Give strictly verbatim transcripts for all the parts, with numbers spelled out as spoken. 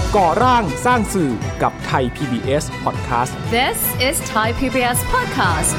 ก่อร่างสร้างสื่อกับไทย พี บี เอส Podcast This is Thai พี บี เอส Podcast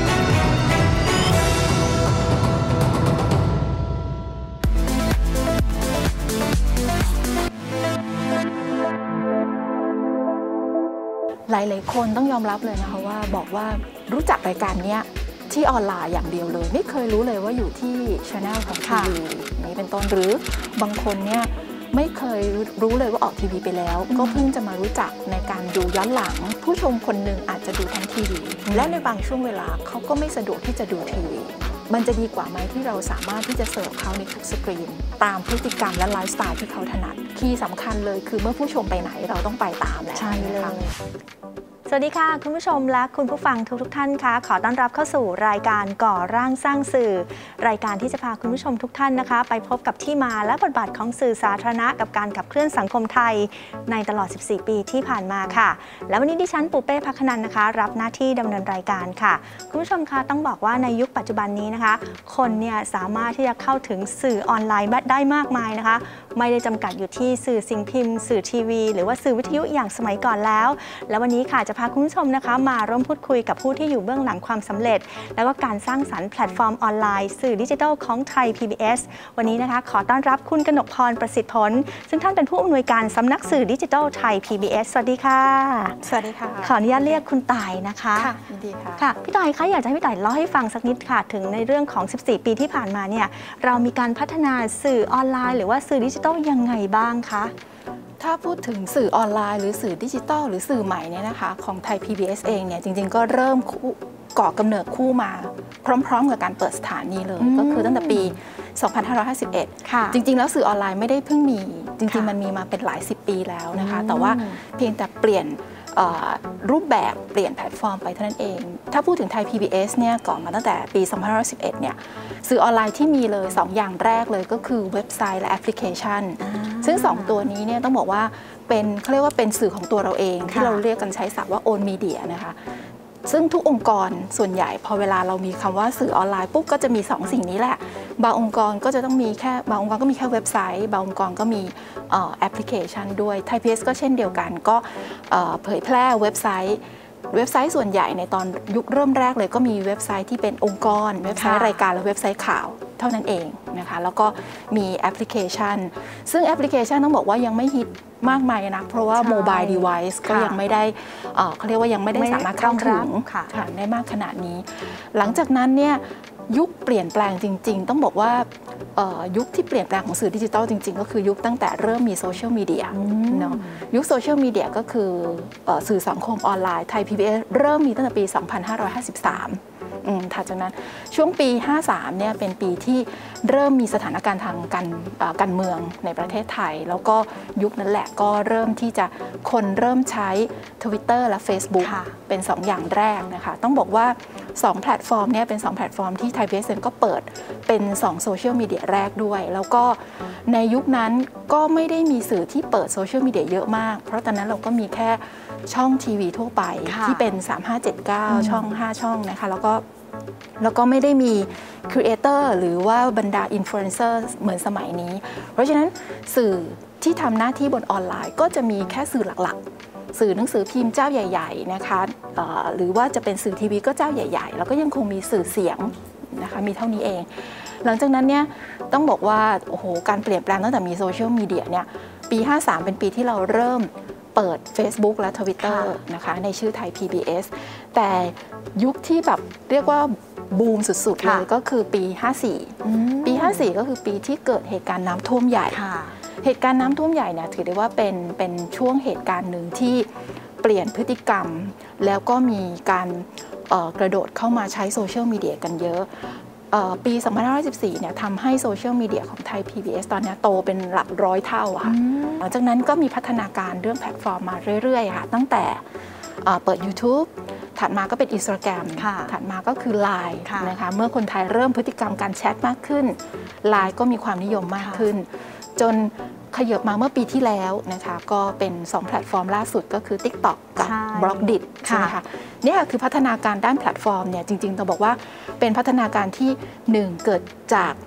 หลายๆคนต้องยอมรับเลยนะคะว่าบอกว่ารู้จักรายการนี้ที่ออนไลน์อย่างเดียวเลยไม่เคยรู้เลยว่าอยู่ที่ Channel ของทีวีนี้เป็นต้นหรือบางคนเนี่ยไม่เคยรู้เลยว่าออกทีวีไปแล้วก็เพิ่งจะมารู้จักในการดูย้อนหลังผู้ชมคนหนึ่งอาจจะดูทั้งทีวีและในบางช่วงเวลาเขาก็ไม่สะดวกที่จะดูทีวีมันจะดีกว่าไหมที่เราสามารถที่จะเสิร์ฟเขาในทุกสกรีนตามพฤติกรรมและไลฟ์สไตล์ที่เขาถนัดคีย์สำคัญเลยคือเมื่อผู้ชมไปไหนเราต้องไปตามแหละใช่เลยสวัสดีค่ะคุณผู้ชมและคุณผู้ฟังทุกทุกท่านค่ะขอต้อนรับเข้าสู่รายการก่อร่างสร้างสื่อรายการที่จะพาคุณผู้ชมทุกท่านนะคะไปพบกับที่มาและบทบาทของสื่อสาธารณะกับการขับเคลื่อนสังคมไทยในตลอดสิบสี่ปีที่ผ่านมาค่ะและวันนี้ดิฉันปูเป้ภัคนันท์นะคะรับหน้าที่ดำเนินรายการค่ะคุณผู้ชมคะต้องบอกว่าในยุคปัจจุบันนี้นะคะคนเนี่ยสามารถที่จะเข้าถึงสื่อออนไลน์ได้มากมายนะคะไม่ได้จำกัดอยู่ที่สื่อสิ่งพิมพ์สื่อทีวีหรือว่าสื่อวิทยุอย่างสมัยก่อนแล้วและวันนี้ค่ะจะพาคุณผู้ชมนะคะมาร่วมพูดคุยกับผู้ที่อยู่เบื้องหลังความสำเร็จแล้วก็การสร้างสรรค์แพลตฟอร์มออนไลน์สื่อดิจิทัลของไทย พี บี เอส วันนี้นะคะขอต้อนรับคุณกนกพรประสิทธิ์ผลซึ่งท่านเป็นผู้อำนวยการสำนักสื่อดิจิทัลไทย พี บี เอส สวัสดีค่ะสวัสดีค่ะขออนุญาตเรียกคุณต่ายนะคะค่ะยินดีค่ะค่ะพี่ต่ายคะอยากจะให้พี่ต่ายเล่าให้ฟังสักนิดค่ะถึงในเรื่องของสิบสี่ปีที่ผ่านมาเนี่ยเรามีการพัฒนาสื่อออนไลน์หรือว่าสื่อดิจิทัลยังไงบ้างคะถ้าพูดถึงสื่อออนไลน์หรือสื่อดิจิทัลหรือสื่อใหม่เนี่ยนะคะของไทย พี บี เอส เองเนี่ยจริงๆก็เริ่มก่อกำเนิดคู่มาพร้อมๆกับการเปิดสถานีเลยก็คือตั้งแต่ปีสองพันห้าร้อยห้าสิบเอ็ดจริงๆแล้วสื่อออนไลน์ไม่ได้เพิ่งมีจริงๆมันมีมาเป็นหลายสิบปีแล้วนะคะแต่ว่าเพียงแต่เปลี่ยนรูปแบบเปลี่ยนแพลตฟอร์มไปเท่านั้นเองถ้าพูดถึงไทย พี บี เอส เนี่ยก่อนมาตั้งแต่ปีสองพันห้าร้อยสิบเอ็ดเนี่ยสื่อออนไลน์ที่มีเลยสองอย่างแรกเลยก็คือเว็บไซต์และแอปพลิเคชันซึ่งสองตัวนี้เนี่ยต้องบอกว่าเป็นเขาเรียกว่าเป็นสื่อของตัวเราเองที่เราเรียกกันใช้ศัพท์ว่า own media นะคะซึ่งทุกองค์กรส่วนใหญ่พอเวลาเรามีคำว่าสื่อออนไลน์ปุ๊บก็จะมีสองสิ่งนี้แหละบางองค์กรก็จะต้องมีแค่บางองค์กรก็มีแค่เว็บไซต์บางองค์กรก็มีแอปพลิเคชันด้วยไทย พี บี เอส ก็เช่นเดียวกันก็เผยแพร่เว็บไซต์เว็บไซต์ส่วนใหญ่ในตอนยุคเริ่มแรกเลยก็มีเว็บไซต์ที่เป็นองค์กรเว็บไซต์รายการและเว็บไซต์ข่าวเท่านั้นเองนะคะแล้วก็มีแอปพลิเคชันซึ่งแอปพลิเคชันต้องบอกว่ายังไม่ฮิตมากมายนะเพราะว่าโมบายเดเวิซก็ยังไม่ได้เขาเรียกว่ายังไม่ได้สามารถเข้าถึงได้มากขนาดนี้หลังจากนั้นเนี่ยยุคเปลี่ยนแปลงจริงๆต้องบอกว่ายุคที่เปลี่ยนแปลงของสื่อดิจิทัลจริงๆก็คือยุคตั้งแต่เริ่มมีโซเชียลมีเดียเนาะยุคโซเชียลมีเดียก็คือสื่อสังคมออนไลน์ไทย พี บี เอส เริ่มมีตั้งแต่ปีสองพันห้าร้อยห้าสิบสามถัดจากนั้นช่วงปีห้าสิบสามเนี่ยเป็นปีที่เริ่มมีสถานการณ์ทางการการเมืองในประเทศไทยแล้วก็ยุคนั้นแหละก็เริ่มที่จะคนเริ่มใช้ Twitter และ Facebook เป็นสองอย่างแรกนะคะต้องบอกว่าสองแพลตฟอร์มเนี่ยเป็นสองแพลตฟอร์มที่ไทย พี บี เอส ก็เปิดเป็นสองโซเชียลมีเดียแรกด้วยแล้วก็ในยุคนั้นก็ไม่ได้มีสื่อที่เปิดโซเชียลมีเดียเยอะมากเพราะตอนนั้นเราก็มีแค่ช่องทีวีทั่วไปที่เป็นสามห้าเจ็ดเก้าช่องห้าช่องนะคะแล้วก็แล้วก็ไม่ได้มีครีเอเตอร์หรือว่าบรรดาอินฟลูเอนเซอร์เหมือนสมัยนี้เพราะฉะนั้นสื่อที่ทำหน้าที่บนออนไลน์ก็จะมีแค่สื่อหลักๆสื่อหนังสือพิมพ์เจ้าใหญ่ๆนะคะหรือว่าจะเป็นสื่อทีวีก็เจ้าใหญ่ๆแล้วก็ยังคงมีสื่อเสียงนะคะมีเท่านี้เองหลังจากนั้นเนี่ยต้องบอกว่าโอ้โหการเปลี่ยนแปลงตั้งแต่มีโซเชียลมีเดียเนี่ยปีห้าสิบสามเป็นปีที่เราเริ่มเปิด Facebook และ Twitter นะคะในชื่อไทย พี บี เอส แต่ยุคที่แบบเรียกว่าบูมสุดๆเลยก็คือปีห้าสิบสี่ปีห้าสิบสี่ก็คือปีที่เกิดเหตุการณ์น้ำท่วมใหญ่เหตุการณ์น้ำท่วมใหญ่เนี่ยถือได้ว่าเป็นเป็นช่วงเหตุการณ์หนึ่งที่เปลี่ยนพฤติกรรมแล้วก็มีการกระโดดเข้ามาใช้โซเชียลมีเดียกันเยอะปีสองพันห้าร้อยสิบสี่เนี่ยทำให้โซเชียลมีเดียของไทย พี บี เอส ตอนนี้โตเป็นหลักร้อยเท่าค่ะหลังจากนั้นก็มีพัฒนาการเรื่องแพลตฟอร์มมาเรื่อยๆค่ะตั้งแต่เปิด YouTube ถัดมาก็เป็น Instagram ถัดมาก็คือ ไลน์ นะคะเมื่อคนไทยเริ่มพฤติกรรมการแชทมากขึ้น ไลน์ ก็มีความนิยมมากขึ้นจนขยับมาเมื่อปีที่แล้วนะคะก็เป็นสองแพลตฟอร์มล่าสุดก็คือ TikTok กับ บล็อกดิท ใช่ไหมคะนี่คือพัฒนาการด้านแพลตฟอร์มเนี่ยจริงๆต้องบอกว่าเป็นพัฒนาการที่หนึ่งเกิดจาก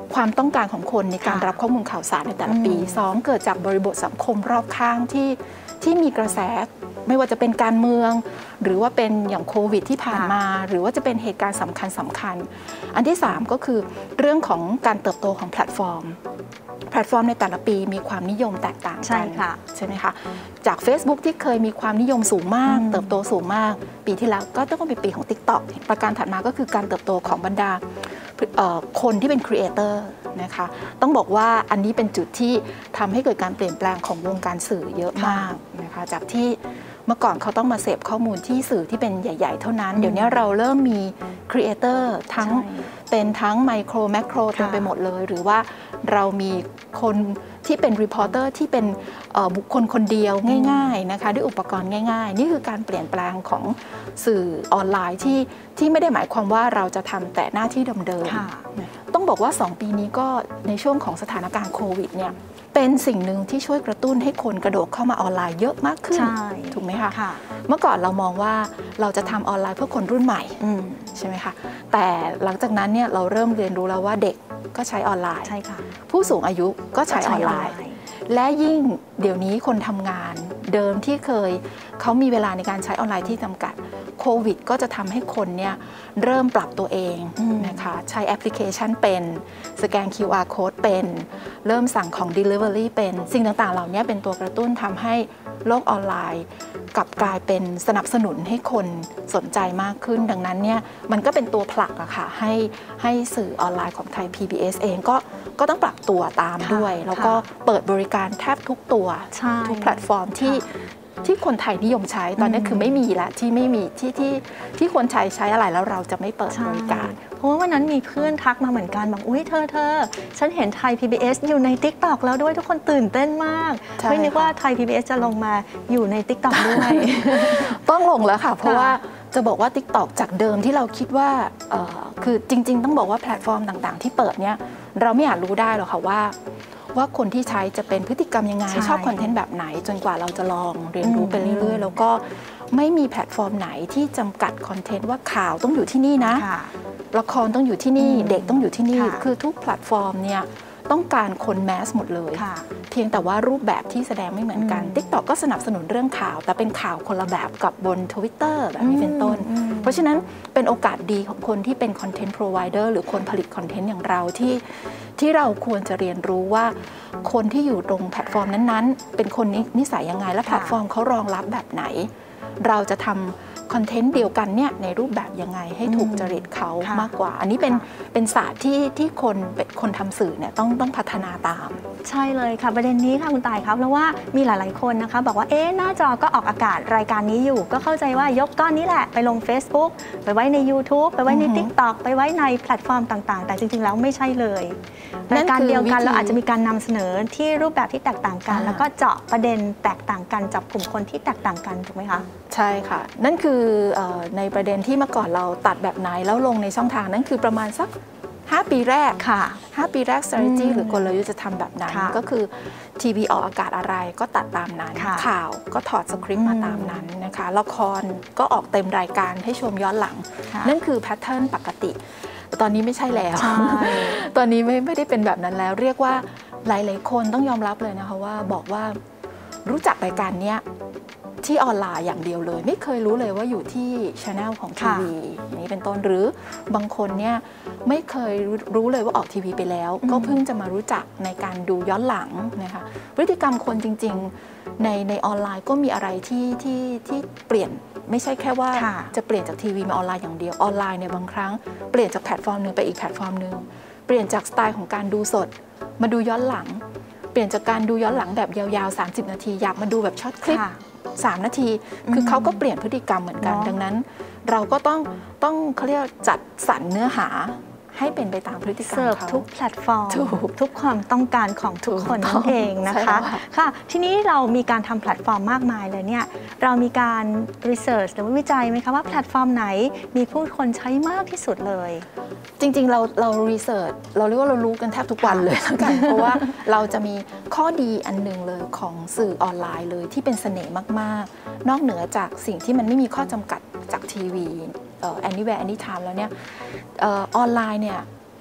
ความต้องการของคนในการรับข้อมูลข่าวสารในแต่ละปีสองเกิดจากบริบทสังคมรอบข้างที่ที่มีกระแสไม่ว่าจะเป็นการเมืองหรือว่าเป็นอย่างโควิดที่ผ่านมาหรือว่าจะเป็นเหตุการณ์สำคัญสำคัญอันที่สามก็คือเรื่องของการเติบโตของแพลตฟอร์มแพลตฟอร์มในแต่ละปีมีความนิยมแตกต่างกันใช่ไหมคะจาก Facebook ที่เคยมีความนิยมสูงมากเติบโตสูงมากปีที่แล้วก็ต้องเป็นปีของ TikTok ประการถัดมาก็คือการเติบโตของบรรดาคนที่เป็นครีเอเตอร์นะคะต้องบอกว่าอันนี้เป็นจุดที่ทำให้เกิดการเปลี่ยนแปลงของวงการสื่อเยอะมากนะคะจากที่เมื่อก่อนเขาต้องมาเสพข้อมูลที่สื่อที่เป็นใหญ่ๆเท่านั้นเดี๋ยวนี้เราเริ่มมีครีเอเตอร์ทั้งเป็นทั้งไมโครแมคโครเต็มไปหมดเลยหรือว่าเรามีคนที่เป็นรีพอร์เตอร์ที่เป็นบุคคลคนเดียวง่ายๆนะคะด้วยอุปกรณ์ง่ายๆนี่คือการเปลี่ยนแปลงของสื่อออนไลน์ที่ที่ไม่ได้หมายความว่าเราจะทำแต่หน้าที่เดิมๆต้องบอกว่าสองปีนี้ก็ในช่วงของสถานการณ์โควิดเนี่ยเป็นสิ่งหนึ่งที่ช่วยกระตุ้นให้คนกระโดดเข้ามาออนไลน์เยอะมากขึ้นถูกไหมคะเมื่อก่อนเรามองว่าเราจะทำออนไลน์เพื่อคนรุ่นใหม่ใช่ไหมคะแต่หลังจากนั้นเนี่ยเราเริ่มเรียนรู้แล้วว่าเด็กก็ใช้ออนไลน์ผู้สูงอายุก็ใช้ออนไลน์และยิ่งเดี๋ยวนี้คนทำงานเดิมที่เคยเขามีเวลาในการใช้ออนไลน์ที่จำกัดโควิดก็จะทำให้คนเนี่ยเริ่มปรับตัวเองนะคะใช้แอปพลิเคชันเป็นสแกน คิว อาร์ Code เป็นเริ่มสั่งของ Delivery เป็นสิ่งต่างๆเหล่านี้เป็นตัวกระตุ้นทำให้โลกออนไลน์กลับกลายเป็นสนับสนุนให้คนสนใจมากขึ้นดังนั้นเนี่ยมันก็เป็นตัวผลักอะค่ะให้ให้สื่อออนไลน์ของไทย พี บี เอส เองก็ก็ต้องปรับตัวตามด้วยแล้วก็เปิดบริการแทบทุกตัวทุกแพลตฟอร์มที่ที่คนไทยนิยมใช้ตอนนี้คือไม่มีละที่ไม่มีที่ที่ที่คนใช้ใช้อะไรแล้วเราจะไม่เปิดบริการเพราะว่าวันนั้นมีเพื่อนทักมาเหมือนกันบอกอุ้ยเธอเธอฉันเห็นไทย พี บี เอส อยู่ใน TikTok แล้วด้วยทุกคนตื่นเต้นมากไม่นึกว่าไทย พี บี เอส จะลงมาอยู่ใน TikTok ด้วยต้องลงแล้วค่ะเพราะว่าจะบอกว่า TikTok จากเดิมที่เราคิดว่าคือจริงๆต้องบอกว่าแพลตฟอร์มต่างๆที่เปิดเนี่ยเราไม่อาจรู้ได้หรอกค่ะว่าว่าคนที่ใช้จะเป็นพฤติกรรมยังไงชอบคอนเทนต์แบบไหนจนกว่าเราจะลองเรียนรู้ไปเรื่อยๆแล้วก็ไม่มีแพลตฟอร์มไหนที่จำกัดคอนเทนต์ว่าข่าวต้องอยู่ที่นี่นะละครต้องอยู่ที่นี่เด็กต้องอยู่ที่นี่คือทุกแพลตฟอร์มเนี่ยต้องการคนแมสหมดเลยเพียงแต่ว่ารูปแบบที่แสดงไม่เหมือนกัน TikTok ก็สนับสนุนเรื่องข่าวแต่เป็นข่าวคนละแบบกับบน Twitter แบบนี้เป็นต้นเพราะฉะนั้นเป็นโอกาสดีของคนที่เป็นคอนเทนต์ provider หรือคนผลิตคอนเทนต์อย่างเราที่ที่เราควรจะเรียนรู้ว่าคนที่อยู่ตรงแพลตฟอร์มนั้นๆเป็นคนนิสัยยังไงและแพลตฟอร์มเขารองรับแบบไหนเราจะทำคอนเทนต์เดียวกันเนี่ยในรูปแบบยังไงให้ถูกจริตเขามากกว่าอันนี้เป็นเป็นศาสตร์ที่ที่คนคนทำสื่อเนี่ยต้องต้องพัฒนาตามใช่เลยค่ะประเด็นนี้ค่ะคุณตายครับเพราะว่ามีหลายๆคนนะคะบอกว่าเอ๊ะหน้าจอก็ออกอากาศรายการนี้อยู่ก็เข้าใจว่ายกก้อนนี้แหละไปลง Facebook ไปไว้ใน YouTube ไปไว้ใน TikTok ไปไว้ในแพลตฟอร์มต่างๆแต่จริงๆแล้วไม่ใช่เลยรายการเดียวกันเราอาจจะมีการนำเสนอที่รูปแบบที่แตกต่างกันแล้วก็เจาะประเด็นแตกต่างกันจับกลุ่มคนที่แตกต่างกันถูกไหมคะใช่ค่ะนั่นคือในประเด็นที่เมื่อก่อนเราตัดแบบไหนแล้วลงในช่องทางนั้นคือประมาณสักห้าปีแรกค่ะห้าปีแรก strategy หรือกลยุทธ์จะทำแบบนั้นก็คือทีวีออกอากาศอะไรก็ตัดตามนั้นข่าวก็ถอดสคริปต์มาตามนั้นนะคะละครก็ออกเต็มรายการให้ชมย้อนหลังนั่นคือแพทเทิร์นปกติตอนนี้ไม่ใช่แล้วตอนนี้ไม่ไม่ได้เป็นแบบนั้นแล้วเรียกว่าหลายๆคนต้องยอมรับเลยนะคะว่าบอกว่ารู้จักรายการนี้ที่ออนไลน์อย่างเดียวเลยไม่เคยรู้เลยว่าอยู่ที่ channel ของทีวีนี้เป็นต้นหรือบางคนเนี่ยไม่เคยรู้เลยว่าออกทีวีไปแล้วก็เพิ่งจะมารู้จักในการดูย้อนหลังนะคะพฤติกรรมคนจริงๆในในออนไลน์ก็มีอะไรที่ที่ที่เปลี่ยนไม่ใช่แค่ว่าจะเปลี่ยนจากทีวีมาออนไลน์อย่างเดียวออนไลน์เนี่ยบางครั้งเปลี่ยนจากแพลตฟอร์มนึงไปอีกแพลตฟอร์มนึงเปลี่ยนจากสไตล์ของการดูสดมาดูย้อนหลังเปลี่ยนจากการดูย้อนหลังแบบยาวๆสามสิบนาทีอยากมาดูแบบช็อตคลิปสามนาทีคือเขาก็เปลี่ยนพฤติกรรมเหมือนกันดังนั้นเราก็ต้องต้องเขาเรียกจัดสรรเนื้อหาให้เป็นไปตามพฤติกรรมเขาเสิร์ฟทุกแพลตฟอร์มทุกความต้องการของทุกคนนั่นเองนะคะค่ะทีนี้เรามีการทำแพลตฟอร์มมากมายเลยเนี่ยเรามีการรีเสิร์ชหรือวิจัยไหมคะว่าแพลตฟอร์มไหนมีผู้คนใช้มากที่สุดเลยจริงๆเราเรารีเสิร์ชเราเรียกว่าเรารู้กันแทบทุกวันเลยแล้วกันเพราะว่าเราจะมีข้อดีอันหนึ่งเลยของสื่อออนไลน์เลยที่เป็นเสน่ห์มากๆนอกเหนือจากสิ่งที่มันไม่มีข้อจำกัดจากทีวี anywhere anytime แล้วเนี่ยออนไลน์เนี่ย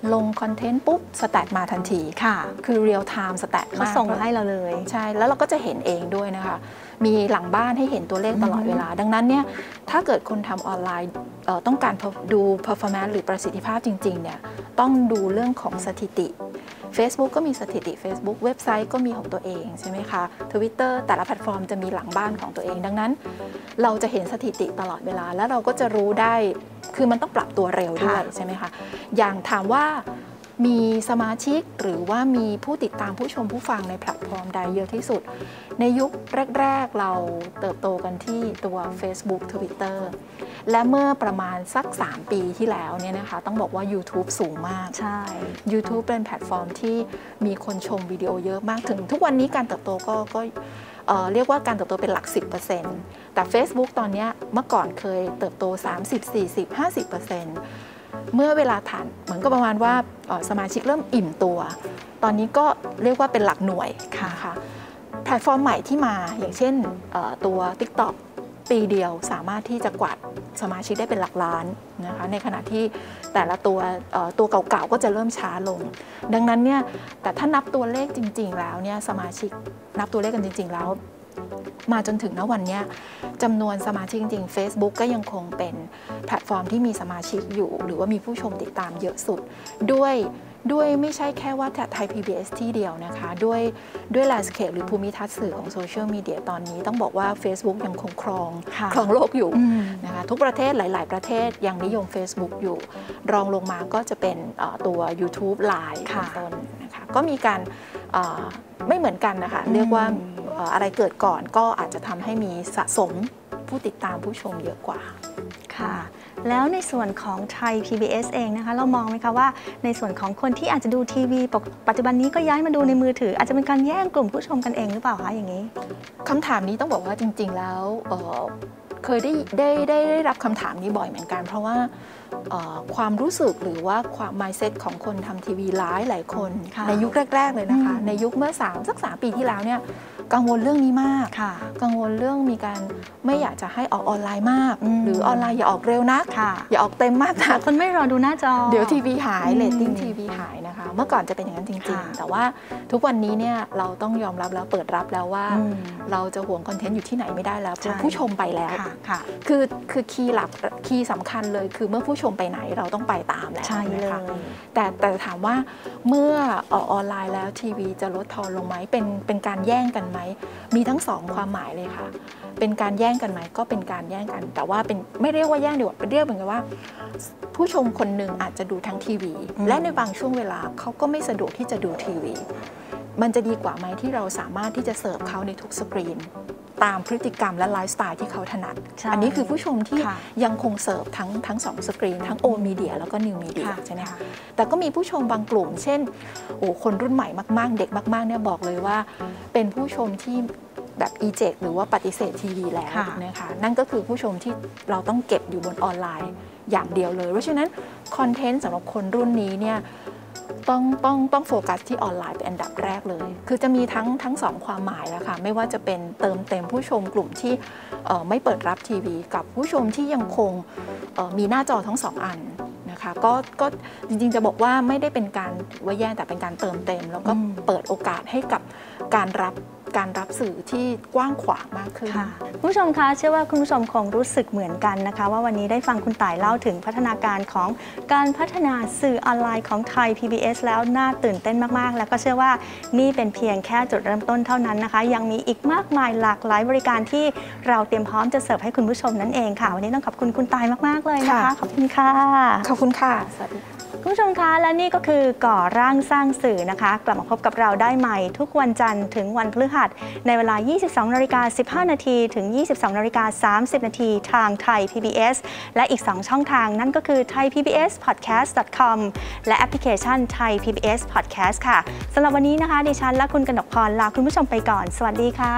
ลงคอนเทนต์ปุ๊บสแตทมาทันทีค่ะคือเรียลไทม์สแตทเขาส่งมาให้เราเลยใช่แล้วเราก็จะเห็นเองด้วยนะคะมีหลังบ้านให้เห็นตัวเลขตลอดเวลาดังนั้นเนี่ยถ้าเกิดคนทำออนไลน์ต้องการดู performance หรือประสิทธิภาพจริงๆเนี่ยต้องดูเรื่องของสถิติ Facebook ก็มีสถิติ Facebook เว็บไซต์ก็มีของตัวเองใช่ไหมคะ Twitter แต่ละแพลตฟอร์มจะมีหลังบ้านของตัวเองดังนั้นเราจะเห็นสถิติตลอดเวลาแล้วเราก็จะรู้ได้คือมันต้องปรับตัวเร็วด้วยใช่ไหมคะอย่างถามว่ามีสมาชิกหรือว่ามีผู้ติดตามผู้ชมผู้ฟังในแพลตฟอร์มใดเยอะที่สุดในยุคแรกๆเราเติบโตกันที่ตัว Facebook Twitter และเมื่อประมาณสักสามปีที่แล้วเนี่ยนะคะต้องบอกว่า YouTube สูงมากใช่ YouTube เป็นแพลตฟอร์มที่มีคนชมวิดีโอเยอะมากถึงทุกวันนี้การเติบโตก็ก็เอ่อเรียกว่าการเติบโตเป็นหลัก สิบเปอร์เซ็นต์ แต่ Facebook ตอนนี้เมื่อก่อนเคยเติบโต สามสิบ สี่สิบ ห้าสิบเปอร์เซ็นต์เมื่อเวลาผ่านเหมือนกับประมาณว่าสมาชิกเริ่มอิ่มตัวตอนนี้ก็เรียกว่าเป็นหลักหน่วยค่ะแพลตฟอร์มใหม่ที่มาอย่างเช่นตัว TikTok ปีเดียวสามารถที่จะกวาดสมาชิกได้เป็นหลักล้านนะคะในขณะที่แต่ละตัวตัวเก่าๆก็จะเริ่มช้าลงดังนั้นเนี่ยแต่ถ้านับตัวเลขจริงๆแล้วเนี่ยสมาชิกนับตัวเลขกันจริงๆแล้วมาจนถึงณวันนี้จำนวนสมาชิกจริงๆ Facebook ก็ยังคงเป็นแพลตฟอร์มที่มีสมาชิกอยู่หรือว่ามีผู้ชมติดตามเยอะสุดด้วยด้วยไม่ใช่แค่ว่าไทย พี บี เอส ที่เดียวนะคะด้วยด้วยแลนด์สเคปหรือภูมิทัศน์สื่อของโซเชียลมีเดียตอนนี้ต้องบอกว่า Facebook ยังคงครองครองโลกอยู่นะคะทุกประเทศหลายๆประเทศยังนิยม Facebook อยู่รองลงมาก็จะเป็นตัว YouTube Live เป็นต้นนะคะก็มีการไม่เหมือนกันนะคะเรียกว่าอะไรเกิดก่อนก็อาจจะทำให้มีสะสมผู้ติดตามผู้ชมเยอะกว่าค่ะแล้วในส่วนของไทย พี บี เอส เองนะคะเรามองไหมคะว่าในส่วนของคนที่อาจจะดูทีวีปัจจุบันนี้ก็ย้ายมาดูในมือถืออาจจะเป็นการแย่งกลุ่มผู้ชมกันเองหรือเปล่าคะอย่างนี้คำถามนี้ต้องบอกว่าจริงๆแล้ว เ, เคยได้ได้ได้ได้รับคำถามนี้บ่อยเหมือนกันเพราะว่าความรู้สึกหรือว่าความ mindset ของคนทำทีวีหลายหลายคนในยุคแรกๆเลยนะคะในยุคเมื่อสามสักสามปีที่แล้วเนี่ยกังวลเรื่องนี้มากกังวลเรื่องมีการไม่อยากจะให้ออกออนไลน์มากหรือออนไลน์อย่าออกเร็วนักอย่าออกเต็มมากนะคนไม่รอดูหน้าจอเดี๋ยวทีวีหายเรตติ้งทีวีหายนะคะเมื่อก่อนจะเป็นอย่างนั้นจริงๆแต่ว่าทุกวันนี้เนี่ยเราต้องยอมรับแล้วเปิดรับแล้วว่าเราจะห่วงคอนเทนต์อยู่ที่ไหนไม่ได้แล้วผู้ชมไปแล้วคือคือคีย์หลักคีย์สำคัญเลยคือเมื่อผู้ชมไปไหนเราต้องไปตามแล้วนะคะแต่แต่ถามว่าเมื่อออกออนไลน์แล้วทีวีจะลดทอนลงไหมเป็นเป็นการแย่งกันไหมมีทั้งสองความหมายเลยค่ะเป็นการแย่งกันไหมก็เป็นการแย่งกันแต่ว่าเป็นไม่เรียกว่าแย่งดีกว่าเป็นเรียกเหมือนกับว่าผู้ชมคนหนึ่งอาจจะดูทั้งทีวีและในบางช่วงเวลาเขาก็ไม่สะดวกที่จะดูทีวีมันจะดีกว่าไหมที่เราสามารถที่จะเสิร์ฟเขาในทุกสกรีนตามพฤติกรรมและไลฟ์สไตล์ที่เขาถนัดอันนี้คือผู้ชมที่ยังคงเสิร์ฟทั้งทั้งสองสกรีนทั้งโอมีเดียแล้วก็นิวมีเดียใช่ไหมคะแต่ก็มีผู้ชมบางกลุ่มเช่นโอ้คนรุ่นใหม่มากๆเด็กมากๆเนี่ยบอกเลยว่าเป็นผู้ชมที่แบบ eject หรือว่าปฏิเสธทีวีแล้วนะคะนั่นก็คือผู้ชมที่เราต้องเก็บอยู่บนออนไลน์อย่างเดียวเลยเพราะฉะนั้นคอนเทนต์สำหรับคนรุ่นนี้เนี่ยต้องต้องต้องโฟกัสที่ออนไลน์เป็นอันดับแรกเลยคือจะมีทั้งทั้งสองความหมายแล้วค่ะไม่ว่าจะเป็นเติมเต็มผู้ชมกลุ่มที่ไม่เปิดรับทีวีกับผู้ชมที่ยังคงมีหน้าจอทั้งสองอันนะคะก็ก็จริงๆจะบอกว่าไม่ได้เป็นการว่าแย่แต่เป็นการเติมเต็มแล้วก็เปิดโอกาสให้กับการรับการรับสื่อที่กว้างขวางมากขึ้นคุณผู้ชมคะเชื่อว่าคุณผู้ชมคงรู้สึกเหมือนกันนะคะว่าวันนี้ได้ฟังคุณต่ายเล่าถึงพัฒนาการของการพัฒนาสื่อออนไลน์ของไทย พี บี เอส แล้วน่าตื่นเต้นมากๆแล้วก็เชื่อว่านี่เป็นเพียงแค่จุดเริ่มต้นเท่านั้นนะคะยังมีอีกมากมายหลากหลายบริการที่เราเตรียมพร้อมจะเสิร์ฟให้คุณผู้ชมนั่นเองค่ะวันนี้ต้องขอบคุณคุณต่ายมากๆเลยนะคะขอบคุณค่ะขอบคุณค่ะสวัสดีคุณผู้ชมคะและนี่ก็คือก่อร่างสร้างสื่อนะคะกลับมาพบกับเราได้ใหม่ทุกวันจันทร์ถึงวันพฤหัสในเวลา ยี่สิบสองนาฬิกาสิบห้านาทีถึง ยี่สิบสองนาฬิกาสามสิบนาทีทางไทย พี บี เอส และอีกสองช่องทางนั่นก็คือ ไทย พี บี เอส พอดแคสต์ ดอท คอม และแอปพลิเคชัน Thai พี บี เอส Podcast ค่ะสำหรับวันนี้นะคะดิฉันและคุณกนกพรลาคุณผู้ชมไปก่อนสวัสดีค่ะ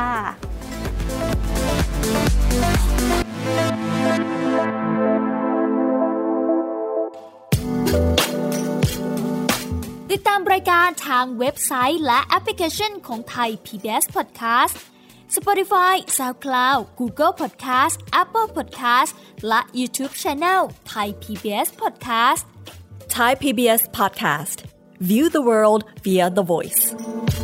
ติดตามรายการทางเว็บไซต์และแอปพลิเคชันของไทย พี บี เอส Podcast Spotify, SoundCloud, Google Podcast, Apple Podcast และ YouTube Channel ไทย พี บี เอส Podcast Thai พี บี เอส Podcast. View the world via the voice.